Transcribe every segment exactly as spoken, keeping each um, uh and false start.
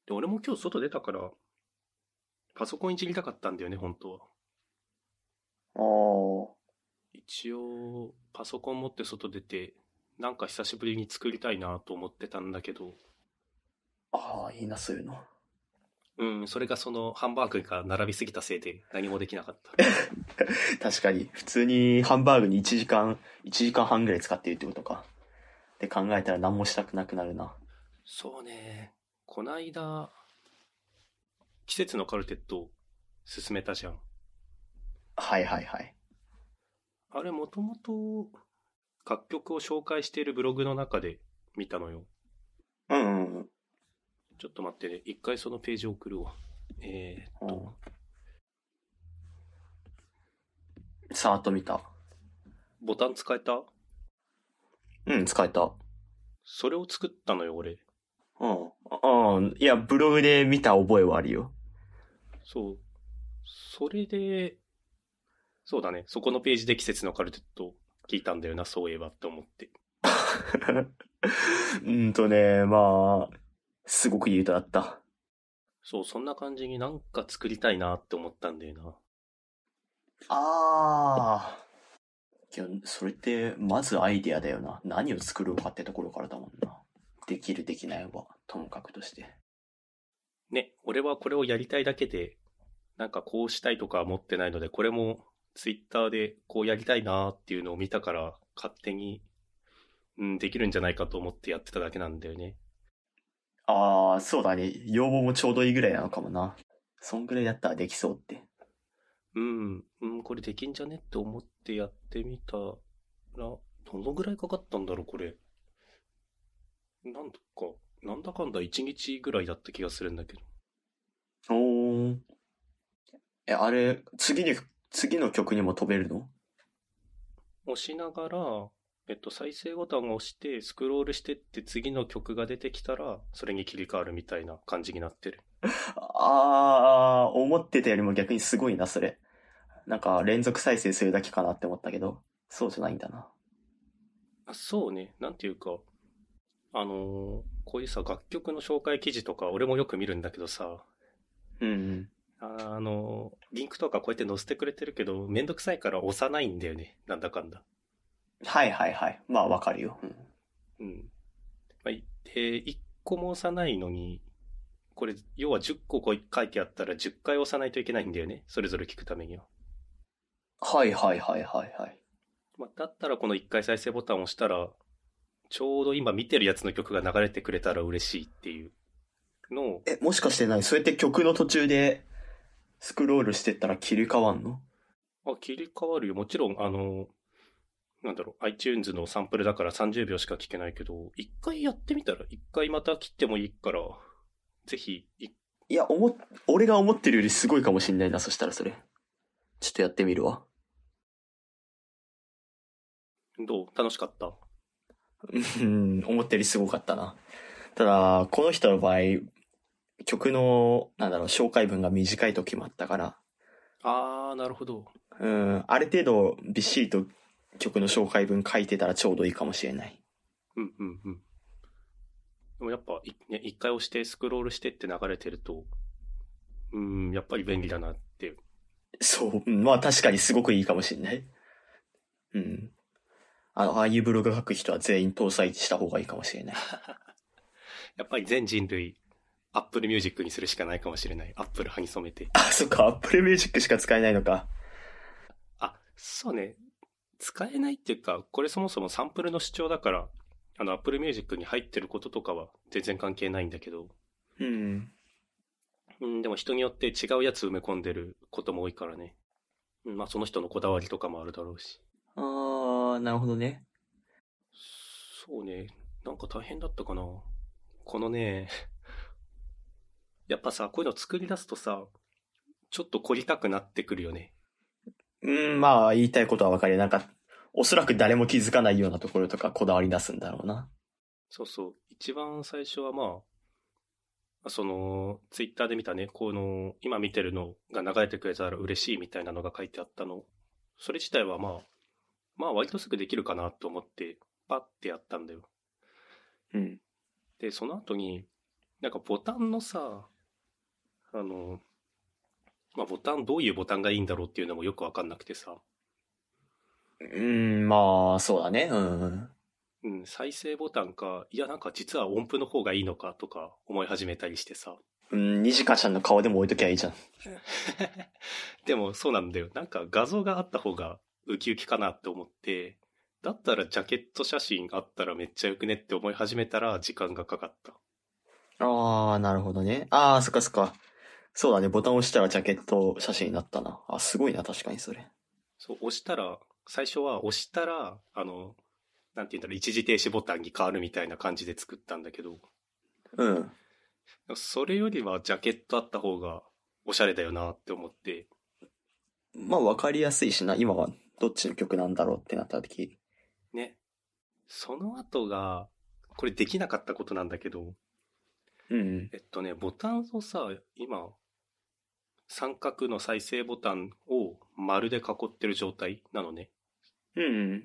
で、俺も今日外出たから、パソコンいじりたかったんだよね、本当は。 ああ。 一応、パソコン持って外出て、なんか久しぶりに作りたいなと思ってたんだけど、 ああ、いいな、そういうの。 うん、それがそのハンバーグが並びすぎたせいで何もできなかった。 確かに、普通にハンバーグにいちじかん、いちじかんはんぐらい使っているってことか。って考えたら何もしたくなくなるな。 そうね。こないだ、季節のカルテットを進めたじゃん。 はいはいはい。 あれもともと楽曲を紹介しているブログの中で見たのよ。 うんうんうん。 ちょっと待ってね。一回そのページ送るわ。えー、っと。 さーっと見た。 ボタン使えた？ うん、使えた。 それを作ったのよ、俺。 うん。うん。いや、ブログで見た覚えはあるよ。 そう。それで、そうだね。そこのページで季節のカルテット聞いたんだよな、そういえばって思って。 うんとね、まあ、すごくいい歌だった。 そう、そんな感じになんか作りたいなって思ったんだよな。 ああ。いや、それって、まずアイデアだよな。何を作ろうかってところからだもんな。できるできないは、ともかくとして。 ね、俺はこれをやりたいだけで、なんかこうしたいとかは持ってないので、これもツイッターでこうやりたいなっていうのを見たから、勝手に、うん、できるんじゃないかと思ってやってただけなんだよね。 ああ、そうだね。要望もちょうどいいぐらいなのかもな。そんぐらいだったらできそうって。 うん、うん、これできんじゃねって思ってやってみたら、どのぐらいかかったんだろう、これ。なんとか、なんだかんだいちにちぐらいだった気がするんだけど。 おー。え、あれ、次に、次の曲にも飛べるの？ 押しながら、えっと、再生ボタンを押して、スクロールしてって次の曲が出てきたら、それに切り替わるみたいな感じになってる。 ああ、思ってたよりも逆にすごいな、それ。なんか連続再生するだけかなって思ったけど、そうじゃないんだな。 あ、そうね。なんていうか、あのーこういうさ、楽曲の紹介記事とか、俺もよく見るんだけどさ、 うんうん。 あ、あのーリンクとかこうやって載せてくれてるけど、めんどくさいから押さないんだよね。なんだかんだ。 はいはいはい。まあわかるよ。うん。 うん。まあ、いで、いっこも押さないのに、これ、要はじゅっここう書いてあったらじゅっかい押さないといけないんだよね。それぞれ聞くためには。 はいはいはいはいはい。 まあ、だったらこのいっかい再生ボタンを押したら、ちょうど今見てるやつの曲が流れてくれたら嬉しいっていうのを、 え、もしかしてないそうやって曲の途中でスクロールしてったら切り替わんの？ あ、切り替わるよ。もちろん、あの、なんだろう、iTunes のサンプルだからさんじゅうびょうしか聞けないけど、一回やってみたら、一回また切ってもいいから、ぜひ、いいや、思っ、俺が思ってるよりすごいかもしんないな、そしたらそれ。ちょっとやってみるわ。 どう楽しかった？ うん、思ったよりすごかったな。ただ、この人の場合、曲の、なんだろう、紹介文が短い時もあったから、 あー、なるほど。 うん、ある程度びっしりと曲の紹介文書いてたらちょうどいいかもしれない。 うんうんうん。でもやっぱ、いね、一回押してスクロールしてって流れてると、うん、やっぱり便利だなっていう。 そう、うんまあ確かにすごくいいかもしれない。うん。あの、ああいうブログ書く人は全員搭載した方がいいかもしれない。 やっぱり全人類、Apple Music にするしかないかもしれない。Apple 派に染めて。 あ、そっか、Apple Music しか使えないのか。 あ、そうね。使えないっていうか、これそもそもサンプルの主張だから、あの、Apple Music に入ってることとかは全然関係ないんだけど、 うん。 うん、でも人によって違うやつ埋め込んでることも多いからね。うん、まあその人のこだわりとかもあるだろうし。 あー、なるほどね。 そうね。なんか大変だったかな。このね、やっぱさ、こういうの作り出すとさ、ちょっと凝りたくなってくるよね。 うん、まあ言いたいことはわかる。なんか、おそらく誰も気づかないようなところとかこだわり出すんだろうな。 そうそう。一番最初はまあ、その、ツイッターで見たね、この、今見てるのが流れてくれたら嬉しいみたいなのが書いてあったの。それ自体はまあ、まあ割とすぐできるかなと思って、パッてやったんだよ。 うん。 で、その後に、 なんかボタンのさ、あの、まあボタン、どういうボタンがいいんだろうっていうのもよくわかんなくてさ、 うーん、まあ、そうだね。うん。 うん、再生ボタンか、いやなんか実は音符の方がいいのかとか思い始めたりしてさ。 うん、にじかちゃんの顔でも置いときゃいいじゃん。 でもそうなんだよ。なんか画像があった方がウキウキかなって思って、だったらジャケット写真あったらめっちゃよくねって思い始めたら時間がかかった。 ああ、なるほどね。ああ、そっかそっか。そうだね。ボタン押したらジャケット写真になったな。あ、すごいな、確かにそれ。 そう、押したら、最初は押したら、あの、なんて言うんだろう、一時停止ボタンに変わるみたいな感じで作ったんだけど、 うん。 それよりはジャケットあった方がおしゃれだよなって思って、 まあ、わかりやすいしな。今はどっちの曲なんだろうってなった時。 ね。その後が、これできなかったことなんだけど、 うん。 えっとね、ボタンをさ、今、三角の再生ボタンを丸で囲ってる状態なのね。 うん、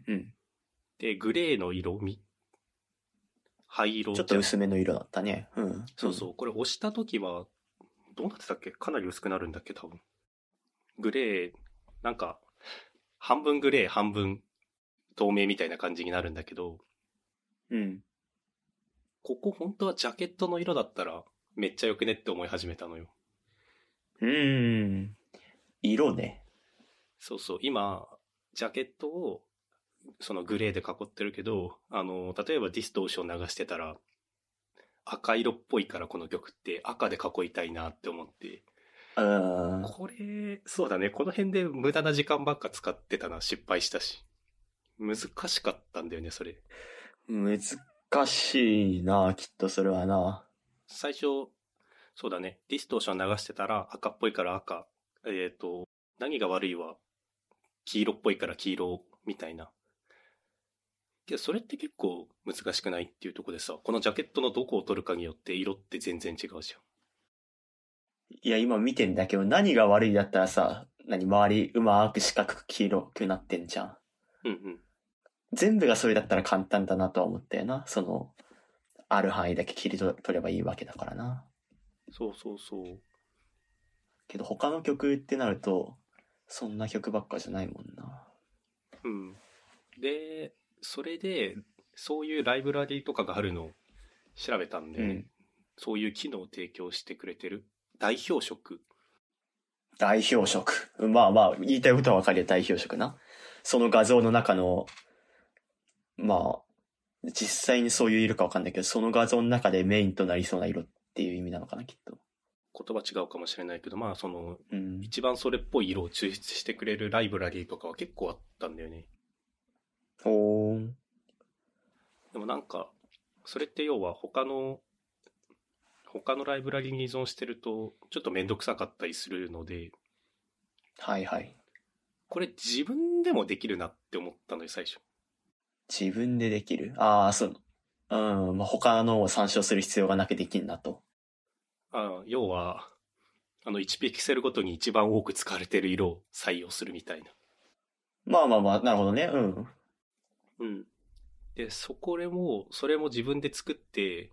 うん。 で、グレーの色味、灰色ちょっとじゃん。 薄めの色だったね。うん。 そうそう、これ押した時は、どうなってたっけ？かなり薄くなるんだっけ多分。グレー、なんか、半分グレー、半分透明みたいな感じになるんだけど、 うん。 ここ本当はジャケットの色だったらめっちゃよくねって思い始めたのよ。 うーん。色ね。 そうそう、今、ジャケットをそのグレーで囲ってるけど、あの、例えばディストーション流してたら、赤色っぽいからこの曲って赤で囲いたいなって思って、 うーん。 これ、そうだね、この辺で無駄な時間ばっか使ってたな、失敗したし。難しかったんだよね、それ。 難しいな、きっとそれはな。 最初、そうだね、ディストーション流してたら赤っぽいから赤。えっと、何が悪いは黄色っぽいから黄色みたいな。けどそれって結構難しくないっていうところでさ、このジャケットのどこを取るかによって色って全然違うじいや、今見てんだけど、何が悪いだったらさ、何、周りうまく四角く黄色くなってんじゃん。 ゃん。うんうん。 全部がそれだったら簡単だなとは思ったよな。その、ある範囲だけ切り取ればいいわけだからな。 そうそうそう。 けど他の曲ってなると、そんな曲ばっかじゃないもんな。 うん。で、それで、そういうライブラリーとかがあるのを調べたんだよね。 うん。 そういう機能を提供してくれてる。代表色。 代表色。まあまあ、言いたいことはわかるよ、代表色な。その画像の中の、まあ、実際にそういう色かわかんないけど、その画像の中でメインとなりそうな色っていう意味なのかな、きっと。 言葉違うかもしれないけど、まあその、 うん。 一番それっぽい色を抽出してくれるライブラリーとかは結構あったんだよね。 ほーん。 でもなんか、それって要は他の、他のライブラリーに依存してると、ちょっとめんどくさかったりするので、 はいはい。 これ自分でもできるなって思ったのよ、最初。 自分でできる。ああ、そう。うん。まあ、他のを参照する必要がなくできんなと。 あ要は、あのいちピクセルごとに一番多く使われている色を採用するみたいな。 まあまあまあ、なるほどね。うん。 うん。で、そこれも、それも自分で作って、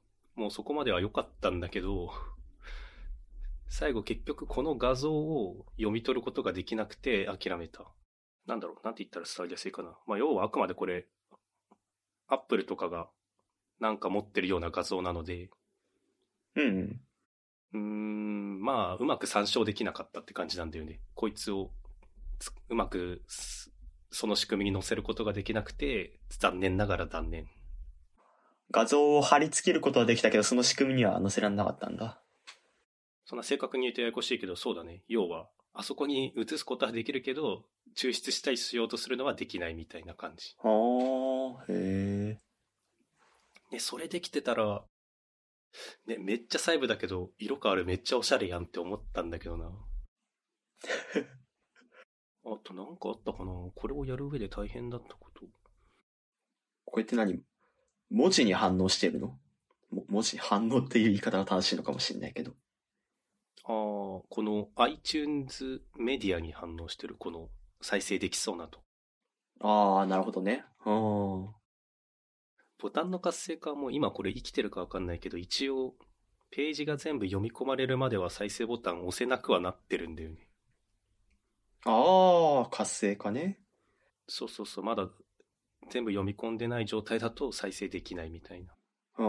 もうそこまでは良かったんだけど、最後結局この画像を読み取ることができなくて諦めた。なんだろう、なんて言ったら伝わりやすいかな。まあ要はあくまでこれ、アップルとかがなんか持ってるような画像なので、 うん。 うーん、まあうまく参照できなかったって感じなんだよね。こいつをうまくその仕組みに載せることができなくて、残念ながら断念。 画像を貼り付けることはできたけど、その仕組みには載せられなかったんだ。 そんな正確に言うとややこしいけど、そうだね。要は、あそこに移すことはできるけど、抽出したりしようとするのはできないみたいな感じ。 はあ、へえ。 ね、それできてたら、ね、めっちゃ細部だけど、色変わるめっちゃおしゃれやんって思ったんだけどな。あとなんかあったかな、これをやる上で大変だったこと。 これって何？文字に反応してるの？も文字に反応っていう言い方が正しいのかもしれないけど。 ああ、この iTunes メディアに反応してるこの再生できそうなと。 ああ、なるほどね。うん。 ボタンの活性化も今これ生きてるかわかんないけど、一応ページが全部読み込まれるまでは再生ボタン押せなくはなってるんだよね。 ああ、活性化ね。 そうそうそう、まだ全部読み込んでない状態だと再生できないみたいな。 うん。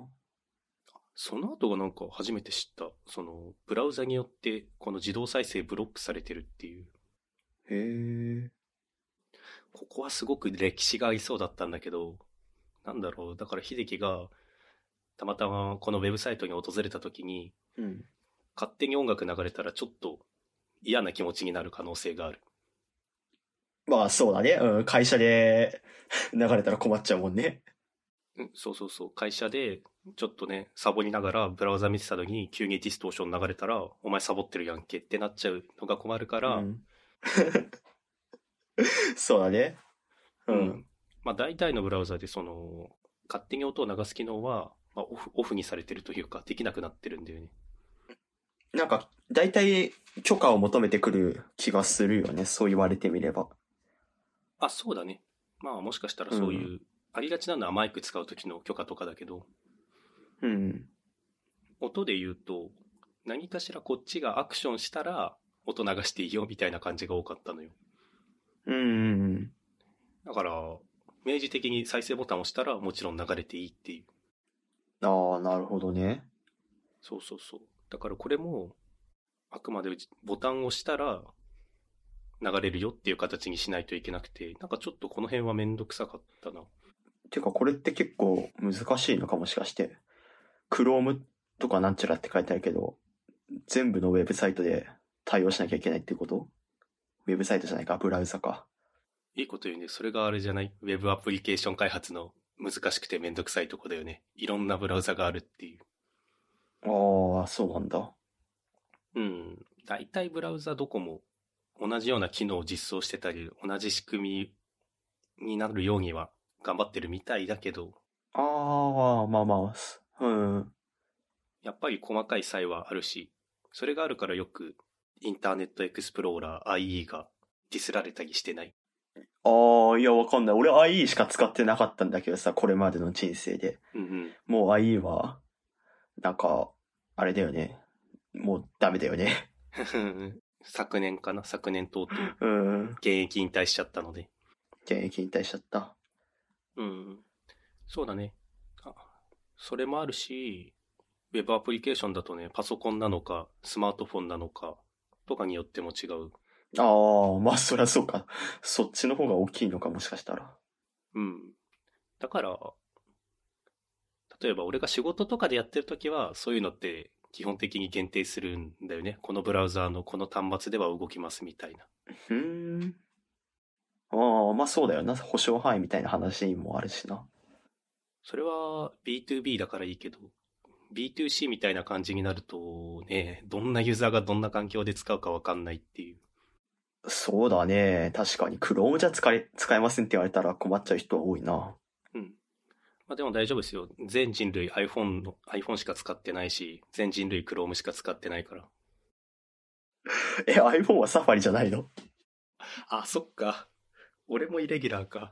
その後がなんか初めて知った。その、ブラウザによってこの自動再生ブロックされてるっていう。 へえ。 ここはすごく歴史がありそうだったんだけど、なんだろう、だから秀樹がたまたまこのウェブサイトに訪れた時に、 うん。 勝手に音楽流れたらちょっと嫌な気持ちになる可能性がある。 まあそうだね。うん。会社で流れたら困っちゃうもんね。 うん、そうそうそう。会社でちょっとね、サボりながらブラウザ見てた時に急にディストーション流れたら、お前サボってるやんけってなっちゃうのが困るから、 うん。そうだね。ううんん。まあ大体のブラウザでその、勝手に音を流す機能は、まあ、オフ、オフにされてるというか、できなくなってるんだよね。 なんか、大体許可を求めてくる気がするよね。そう言われてみれば。 あ、そうだね。まあもしかしたらそういう、うん、ありがちなのはマイク使う時の許可とかだけど、 うん。 音で言うと、何かしらこっちがアクションしたら、音流していいよみたいな感じが多かったのよ。 うん。 だから、明示的に再生ボタンを押したらもちろん流れていいっていう。 ああ、なるほどね。 そうそうそう。だからこれも、あくまでボタンを押したら流れるよっていう形にしないといけなくて、なんかちょっとこの辺はめんどくさかったな。 てかこれって結構難しいのかもしかして。Chrome とかなんちゃらって書いてあるけど、全部のウェブサイトで対応しなきゃいけないってこと？ウェブサイトじゃないか、ブラウザか。 いいこと言うね。それがあれじゃない？ウェブアプリケーション開発の難しくてめんどくさいとこだよね。いろんなブラウザがあるっていう。 ああ、そうなんだ。 うん。大体ブラウザどこも同じような機能を実装してたり、同じ仕組みになるようには頑張ってるみたいだけど。 ああ、まあまあ、うん。 やっぱり細かい差異はあるし、それがあるからよくインターネットエクスプローラー アイイー がディスられたりしてない？ ああ、いや、わかんない。俺 アイイー しか使ってなかったんだけどさ、これまでの人生で。 うんうん。 もう アイイー は、なんか、あれだよね。もうダメだよね。 昨年かな昨年とうとう、 うん。 現役引退しちゃったので。 現役引退しちゃった。 うん。そうだね。あ、それもあるし、ウェブアプリケーションだとね、パソコンなのか、スマートフォンなのか、とかによっても違う。 ああ、まあそりゃそうか。そっちの方が大きいのかもしかしたら。 うん。だから、例えば俺が仕事とかでやってるときは、そういうのって基本的に限定するんだよね。このブラウザーのこの端末では動きますみたいな。 うーん。ああ、まあそうだよな。保証範囲みたいな話もあるしな。 それは ビーツービー だからいいけど、ビーツーシー みたいな感じになるとね、どんなユーザーがどんな環境で使うかわかんないっていう。 そうだね。確かに Chrome じゃ使え、使えませんって言われたら困っちゃう人は多いな。 うん。まあでも大丈夫ですよ。全人類 iPhone の、iPhone しか使ってないし、全人類 Chrome しか使ってないから。 え、iPhone はサファリじゃないの？ あ、そっか。俺もイレギュラーか。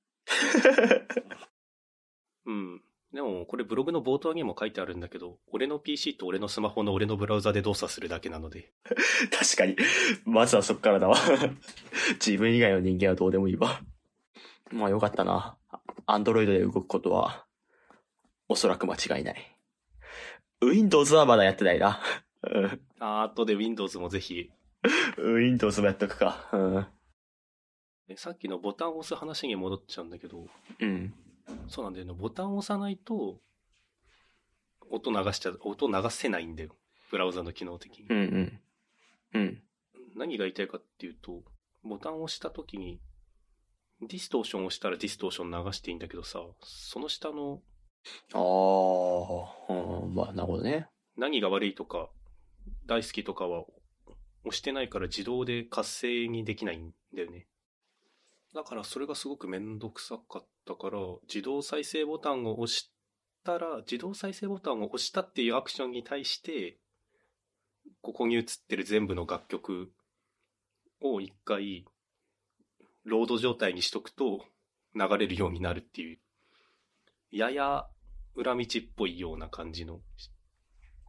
うん。でも、これブログの冒頭にも書いてあるんだけど、俺の ピーシー と俺のスマホの俺のブラウザで動作するだけなので。 確かに。まずはそっからだわ。自分以外の人間はどうでもいいわ。まあよかったな。Android で動くことは、おそらく間違いない。Windows はまだやってないな。うん。 あ、後で Windows もぜひ。 Windows もやっとくか。うん。 さっきのボタンを押す話に戻っちゃうんだけど、 うん。 そうなんだよね。ボタンを押さないと、音流しちゃ、音流せないんだよ。ブラウザの機能的に。 うんうん。うん。 何が言いたいかっていうと、ボタンを押した時に、ディストーションを押したらディストーション流していいんだけどさ、その下の、 ああ、うん、まあなるほどね。 何が悪いとか、大好きとかは押してないから自動で活性にできないんだよね。だからそれがすごくめんどくさかったから、自動再生ボタンを押したら、自動再生ボタンを押したっていうアクションに対して、ここに映ってる全部の楽曲を一回、ロード状態にしとくと流れるようになるっていう、やや裏道っぽいような感じの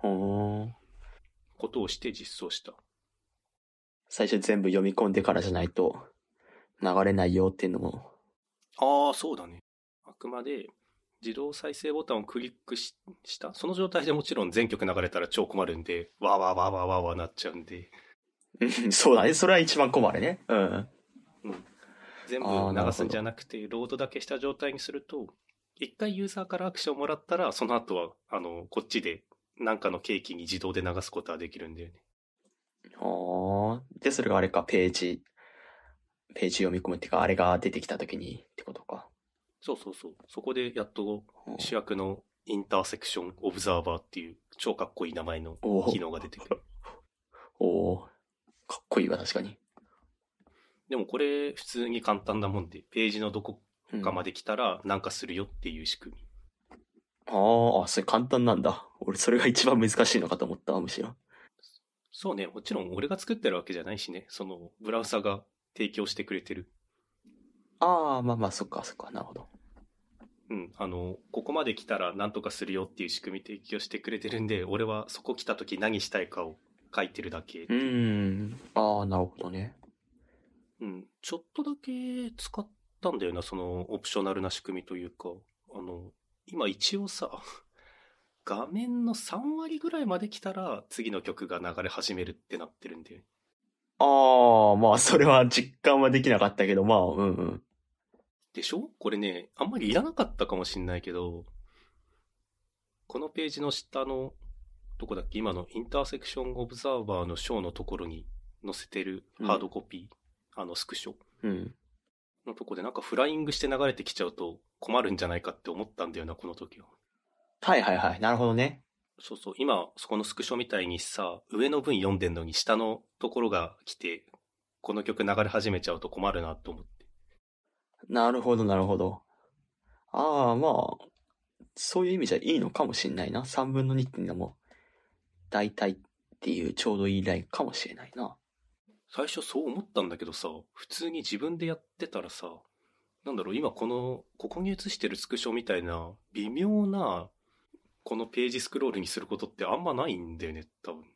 ほーん。 ことをして実装した。 最初全部読み込んでからじゃないと流れないよっていうのも。 ああ、そうだね。あくまで自動再生ボタンをクリック し, したその状態でもちろん全曲流れたら超困るんで、わーわーわーわーわーわーなっちゃうんで。 そうだね。それは一番困るね。うん。 うん。全部流すんじゃなくて、ロードだけした状態にすると、一回ユーザーからアクションもらったら、その後は、あの、こっちで何かの契機に自動で流すことはできるんだよね。 ああ。で、それがあれか、ページ、ページ読み込むっていうか、あれが出てきたときにってことか。 そうそうそう。そこでやっと主役のインターセクションオブザーバーっていう超かっこいい名前の機能が出てくる。 おお、かっこいいわ、確かに。 でもこれ普通に簡単なもんで、ページのどこかまで来たらなんかするよっていう仕組み。 うん、ああ、それ簡単なんだ。俺それが一番難しいのかと思った、むしろ。 そうね、もちろん俺が作ってるわけじゃないしね、そのブラウザが提供してくれてる。 ああ、まあまあ、そっかそっか、なるほど。 うん、あの、ここまで来たら何とかするよっていう仕組み提供してくれてるんで、俺はそこ来た時何したいかを書いてるだけ。 うーん、ああ、なるほどね。 うん、ちょっとだけ使ったんだよな、そのオプショナルな仕組みというか、あの、今一応さ、画面のさん割ぐらいまで来たら次の曲が流れ始めるってなってるんだよね。 ああ、まあ、それは実感はできなかったけど、まあ、うんうん。 でしょ？これね、あんまりいらなかったかもしんないけど、このページの下の、どこだっけ、今のインターセクションオブザーバーの章のところに載せてるハードコピー、うん、あのスクショのとこでなんかフライングして流れてきちゃうと困るんじゃないかって思ったんだよな、この時は。 はいはいはい、なるほどね。 そうそう、今そこのスクショみたいにさ、上の文読んでんのに下のところが来て、この曲流れ始めちゃうと困るなと思って。 なるほどなるほど。ああ、まあ、そういう意味じゃいいのかもしんないな。さんぶんのにっていうのも、大体っていうちょうどいいラインかもしれないな。 最初そう思ったんだけどさ、普通に自分でやってたらさ、なんだろう、今この、ここに映してるスクショみたいな、微妙な、このページスクロールにすることってあんまないんだよね、多分。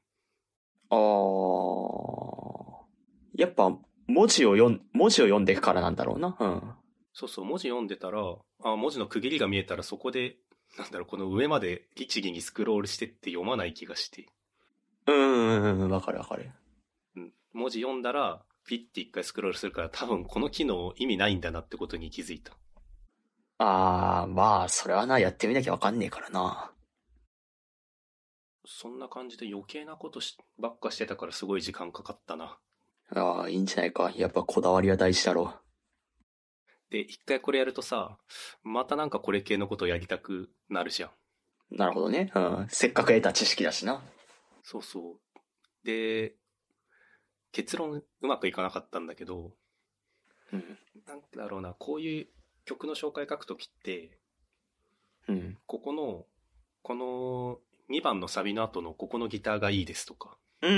ああ、やっぱ、文字を読ん、文字を読んでいくからなんだろうな。うん。 そうそう、文字読んでたら、あ、文字の区切りが見えたらそこで、なんだろう、この上まで律儀にスクロールしてって読まない気がして。 うん、うん、わかるわかる。 うん。文字読んだら、ピッて一回スクロールするから多分この機能意味ないんだなってことに気づいた。 ああ、まあ、それはな、やってみなきゃわかんねえからな。 そんな感じで余計なことしばっかしてたからすごい時間かかったな。 ああ、いいんじゃないか。やっぱこだわりは大事だろで、一回これやるとさ、またなんかこれ系のことやりたくなるじゃん。 う。なるほどね。うん。せっかく得た知識だしな。 そうそう。で、結論うまくいかなかったんだけど、 うん。 なんだろうな、こういう曲の紹介書くときって、 うん。 ここの、このにばんのサビの後のここのギターがいいですとか。 うん、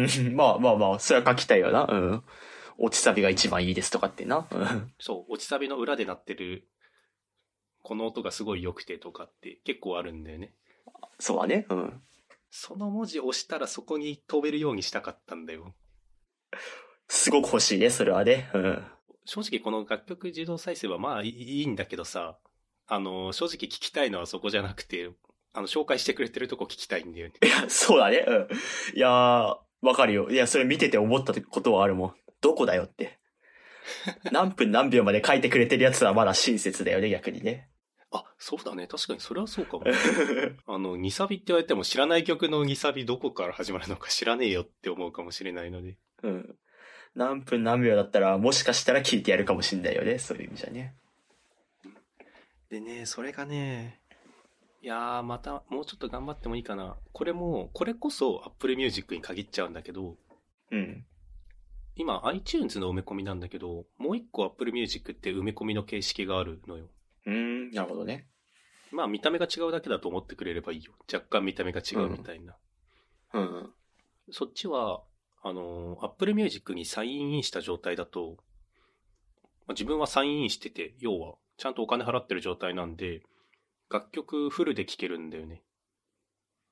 まあまあまあ、それは書きたいよな。うん。落ちサビが一番いいですとかってな。うん。 そう、落ちサビの裏で鳴ってる、この音がすごい良くてとかって結構あるんだよね。 そうだね。うん。 その文字を押したらそこに飛べるようにしたかったんだよ。 すごく欲しいね、それはね。うん。 正直この楽曲自動再生はまあいいんだけどさ、あの、正直聞きたいのはそこじゃなくて、あの、紹介してくれてるとこ聞きたいんだよね。 いや、そうだね。うん。いやー、わかるよ。いや、それ見てて思ったことはあるもん。どこだよって。何分何秒まで書いてくれてるやつはまだ親切だよね、逆にね。 あ、そうだね。確かにそれはそうかも。あの、にサビって言われても知らない曲のにサビどこから始まるのか知らねえよって思うかもしれないので。 うん。何分何秒だったら、もしかしたら聞いてやるかもしんないよね。そういう意味じゃね。 でね、それがね、いやー、またもうちょっと頑張ってもいいかな。これも、これこそ Apple Music に限っちゃうんだけど、 うん。 今 iTunes の埋め込みなんだけど、もう一個 Apple Music って埋め込みの形式があるのよ。 うーん、なるほどね。 まあ見た目が違うだけだと思ってくれればいいよ。若干見た目が違うみたいな。 うん。うん。 そっちは、あの、Apple Music にサインインした状態だと、まあ自分はサインインしてて、要は、ちゃんとお金払ってる状態なんで、楽曲フルで聴けるんだよね。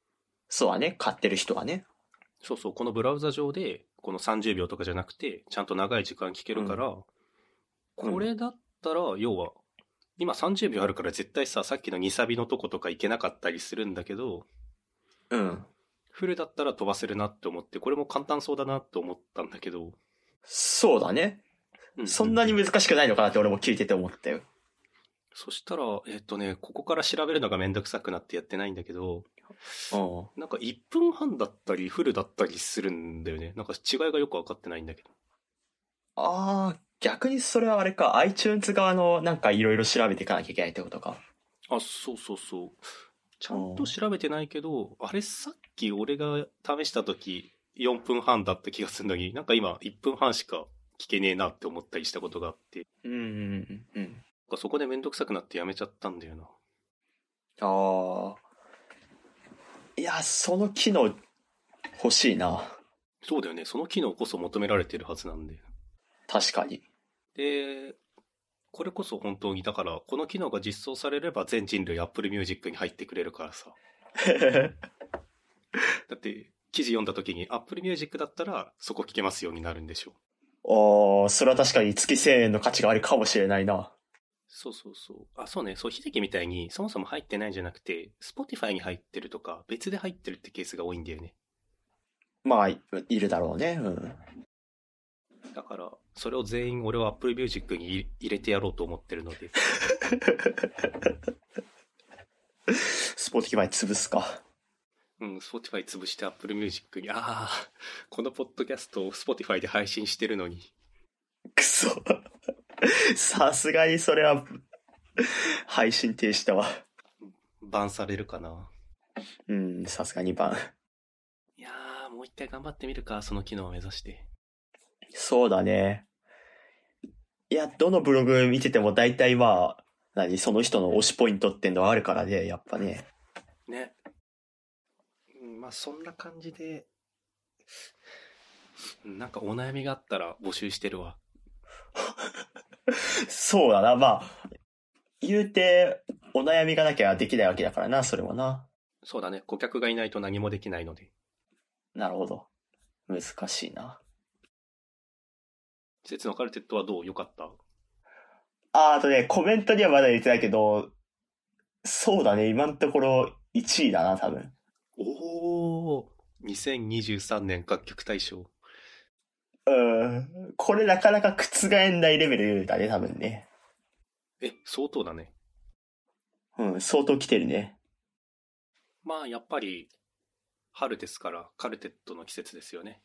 そうだね。買ってる人はね。 そうそう、このブラウザ上で、このさんじゅうびょうとかじゃなくて、ちゃんと長い時間聞けるから、 うんこれだったら、要は、今さんじゅうびょうあるから絶対さ、さっきのにサビのとことかいけなかったりするんだけど、 うん。 フルだったら飛ばせるなって思って、これも簡単そうだなって思ったんだけど。 そうだね。 うんうん、 そんなに難しくないのかなって俺も聞いてて思ったよ。 そしたら、えっとね、ここから調べるのがめんどくさくなってやってないんだけど、 うん。 なんかいっぷんはんだったりフルだったりするんだよね。なんか違いがよくわかってないんだけど。 ああ、逆にそれはあれか、iTunes 側のなんかいろいろ調べていかなきゃいけないってことか。 あ、そうそうそう。ちゃんと調べてないけど、あれさっき俺が試した時よんぷんはんだった気がするのに、なんか今いっぷんはんしか聞けねえなって思ったりしたことがあって。 うんうんうん。 そこでめんどくさくなってやめちゃったんだよな。 ああ。いや、その機能欲しいな。 そうだよね。その機能こそ求められてるはずなんで。 確かに。 で、これこそ本当に、だから、この機能が実装されれば全人類 Apple Music に入ってくれるからさ。だって、記事読んだ時に Apple Music だったらそこ聞けますようになるんでしょ。 おー、それは確かに月せんえんの価値があるかもしれないな。 そうそうそう。あ、そうね。そう、秀樹みたいにそもそも入ってないんじゃなくて、Spotify に入ってるとか、別で入ってるってケースが多いんだよね。 まあ、いいるだろうね。うん。 だから、それを全員俺は Apple Music に入れてやろうと思ってるので。 Spotify 潰すか。 うん、Spotify 潰して Apple Music に、ああ、このポッドキャストを Spotify で配信してるのに。 くそ。さすがにそれは、配信停止だわ。 バンされるかな。 うん、さすがにバン。 いやー、もう一回頑張ってみるか、その機能を目指して。 そうだね。いや、どのブログ見てても大体まあ、何、その人の推しポイントってのはあるからね、やっぱね。 ね。うん、まあそんな感じで、なんかお悩みがあったら募集してるわ。 そうだな、まあ、言うて、お悩みがなきゃできないわけだからな、それもな。 そうだね。顧客がいないと何もできないので。 なるほど。難しいな。 季節のカルテットはどう？よかった？ あ、あとね、コメントにはまだ入れてないけど、そうだね、今のところいちいだな、多分。 おー、にせんにじゅうさんねん楽曲大賞。 うーん、これなかなか覆んないレベルだね、多分ね。 え、相当だね。 うん、相当来てるね。 まあやっぱり、春ですからカルテットの季節ですよね。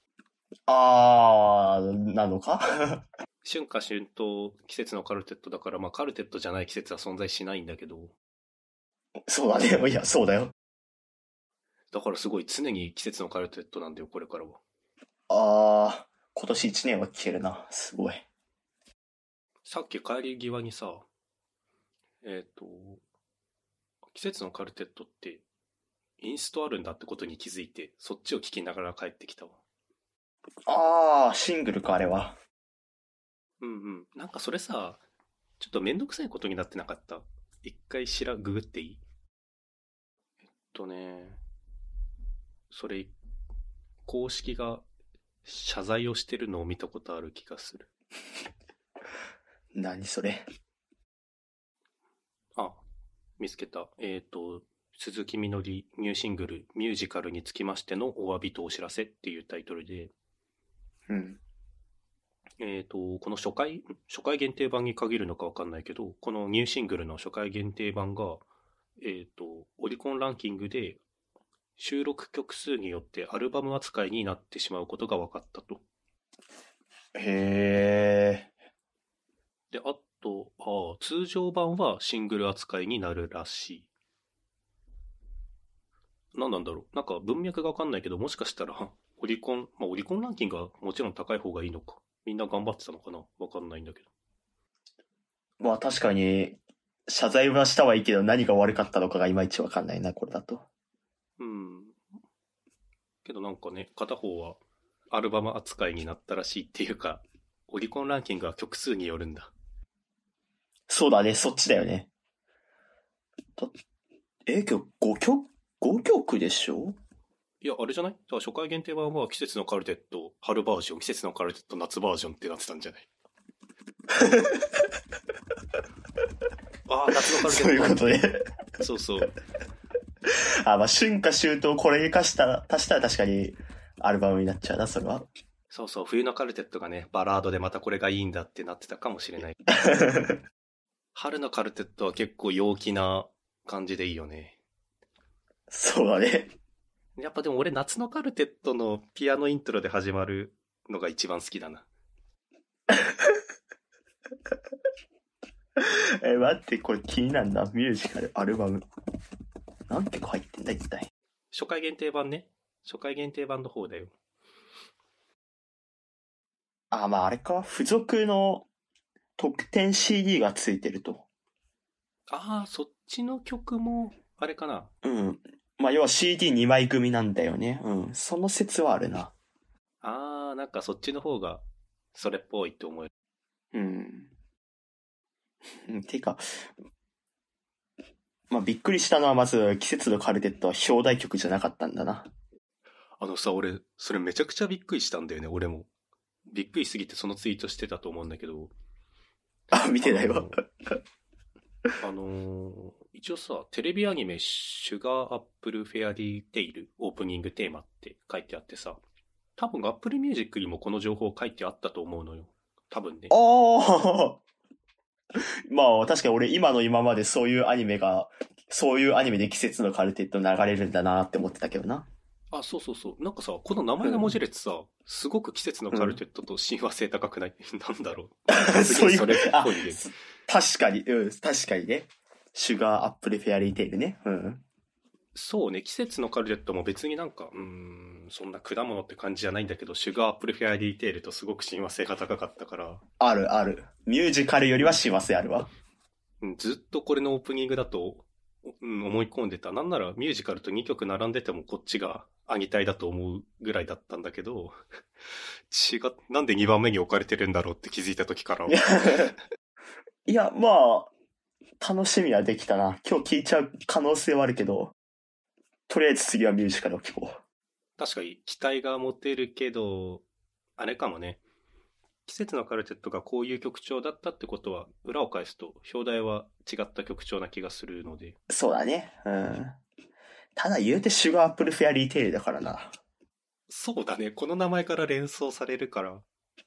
あー、なのか春夏秋冬季節のカルテットだから、まあカルテットじゃない季節は存在しないんだけど。 そうだね、いや、そうだよ。 だからすごい常に季節のカルテットなんだよ、これからは。 あー、今年いちねんは来てるな、すごい。 さっき帰り際にさ、えっと、季節のカルテットってインストあるんだってことに気づいて、そっちを聞きながら帰ってきたわ。 あー、シングルか、あれは。 うんうん。なんかそれさ、ちょっとめんどくさいことになってなかった？一回しら、ググっていい？えっとね、それ、公式が謝罪をしてるのを見たことある気がする。 何それ。 あ、見つけた。えっと、鈴木みのりニューシングルミュージカルにつきましてのお詫びとお知らせっていうタイトルで、 うん。 えっと、この初回、初回限定版に限るのかわかんないけど、このニューシングルの初回限定版が、えっと、オリコンランキングで収録曲数によってアルバム扱いになってしまうことが分かったと。 へで、あと、あ通常版はシングル扱いになるらしい。何なんだろう。なんか文脈が分かんないけど、もしかしたらオリコン、まあオリコンランキングはもちろん高い方がいいのか。みんな頑張ってたのかな、分かんないんだけど。 ー。まあ確かに、謝罪はしたはいいけど何が悪かったのかがいまいちわかんないな、これだと。 うん。けどなんかね、片方はアルバム扱いになったらしいっていうか、オリコンランキングは曲数によるんだ。 そうだね、そっちだよね。だえ、今日ごきょごきょくでしょ？ いや、あれじゃない？だから初回限定版は季節のカルテット春バージョン、季節のカルテット夏バージョンってなってたんじゃない？ああ、夏のカルテット。 そういうことね。 そうそう。 あ、まあ、春夏秋冬これに足したら、足したら確かにアルバムになっちゃうな、それは。 そうそう、冬のカルテットがね、バラードでまたこれがいいんだってなってたかもしれない。春のカルテットは結構陽気な感じでいいよね。 そうだね。 やっぱでも俺夏のカルテットのピアノイントロで始まるのが一番好きだな。 え、待って、これ気になるな。ミュージカル、アルバム。何曲入ってんだ、一体。 初回限定版ね。初回限定版の方だよ。 あ、まああれか。付属の特典 シーディー がついてると。 ああ、そっちの曲も、あれかな。 うん。まあ要は シーディーに 枚組なんだよね。うん。その説はあるな。 ああ、なんかそっちの方が、それっぽいって思える。 うん。てか、まあびっくりしたのはまず、季節のカルテットは表題曲じゃなかったんだな。 あのさ、俺、それめちゃくちゃびっくりしたんだよね、俺も。びっくりすぎてそのツイートしてたと思うんだけど。 あ、見てないわ。 あのー、一応さ、テレビアニメ、シュガーアップルフェアリーテイルオープニングテーマって書いてあってさ、多分アップルミュージックにもこの情報書いてあったと思うのよ。多分ね。 ああまあ確かに俺今の今までそういうアニメが、そういうアニメで季節のカルテット流れるんだなって思ってたけどな。 あ、そうそうそう。なんかさ、この名前の文字列さ、うん、すごく季節のカルテットと親和性高くない、うん、なんだろう。 そういう、 それっぽいね。 確かに、うん、確かにね。シュガーアップルフェアリーテイルね。うん。 そうね、季節のカルテットも別になんか、うーん、そんな果物って感じじゃないんだけど、シュガーアップルフェアリーテイルとすごく親和性が高かったから。 あるある。ミュージカルよりは親和性あるわ。 うん、ずっとこれのオープニングだと、うん、思い込んでた。なんならミュージカルとにきょく並んでてもこっちがアニタイだと思うぐらいだったんだけど、違っ、なんでにばんめに置かれてるんだろうって気づいた時から。 いや、まあ、楽しみはできたな。今日聞いちゃう可能性はあるけど、とりあえず次はミュージカルを聞こう。 確かに期待が持てるけど、あれかもね。季節のカルテットがこういう曲調だったってことは、裏を返すと表題は違った曲調な気がするので。 そうだね。うん。ただ言うてシュガーアップルフェアリーテイルだからな。 そうだね。この名前から連想されるから。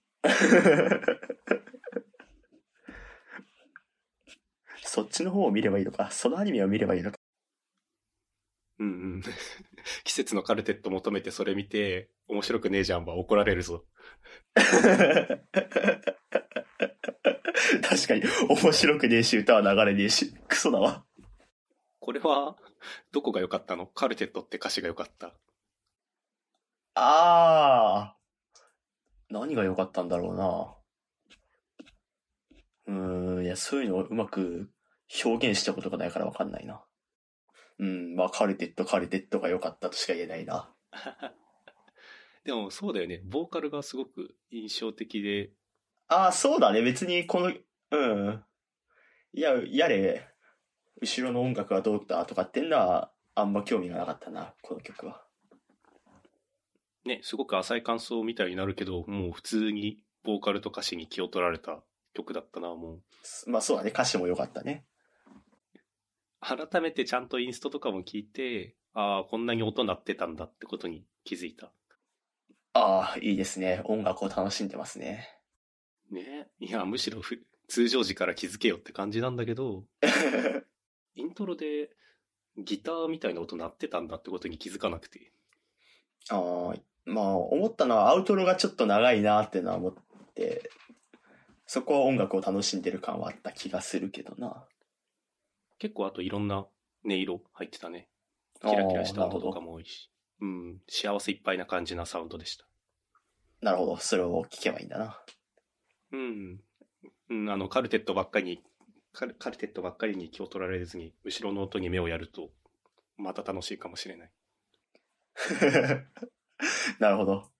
そっちの方を見ればいいのか。そのアニメを見ればいいのか。 うんうん。季節のカルテット求めてそれ見て、面白くねえじゃんは怒られるぞ。 確かに、面白くねえし、歌は流れねえし、クソだわ。 これは、どこが良かったの？カルテットって歌詞が良かった。 あー。何が良かったんだろうな。うーん、いや、そういうのをうまく表現したことがないからわかんないな。うん、まあ、カルテット、カルテットが良かったとしか言えないな。 でも、そうだよね。ボーカルがすごく印象的で。 ああ、そうだね。別に、この、うん。いや、やれ、後ろの音楽がどうだとかってんのは、あんま興味がなかったな、この曲は。 ね、すごく浅い感想みたいになるけど、もう普通にボーカルと歌詞に気を取られた曲だったな、もう。まあそうだね、歌詞も良かったね。 改めてちゃんとインストとかも聞いて、ああ、こんなに音鳴ってたんだってことに気づいた。 ああ、いいですね。音楽を楽しんでますね。 ね、いや、むしろ通常時から気づけよって感じなんだけど、イントロでギターみたいな音鳴ってたんだってことに気づかなくて。 ああ、まあ思ったのはアウトロがちょっと長いなっていうのは思って、そこは音楽を楽しんでる感はあった気がするけどな。 結構あといろんな音色入ってたね。キラキラした音とかも多いし。うん、幸せいっぱいな感じなサウンドでした。 なるほど、それを聞けばいいんだな。 うん。うん、あの、カルテットばっかりに、カル、カルテットばっかりに気を取られずに、後ろの音に目をやると、また楽しいかもしれない。 なるほど。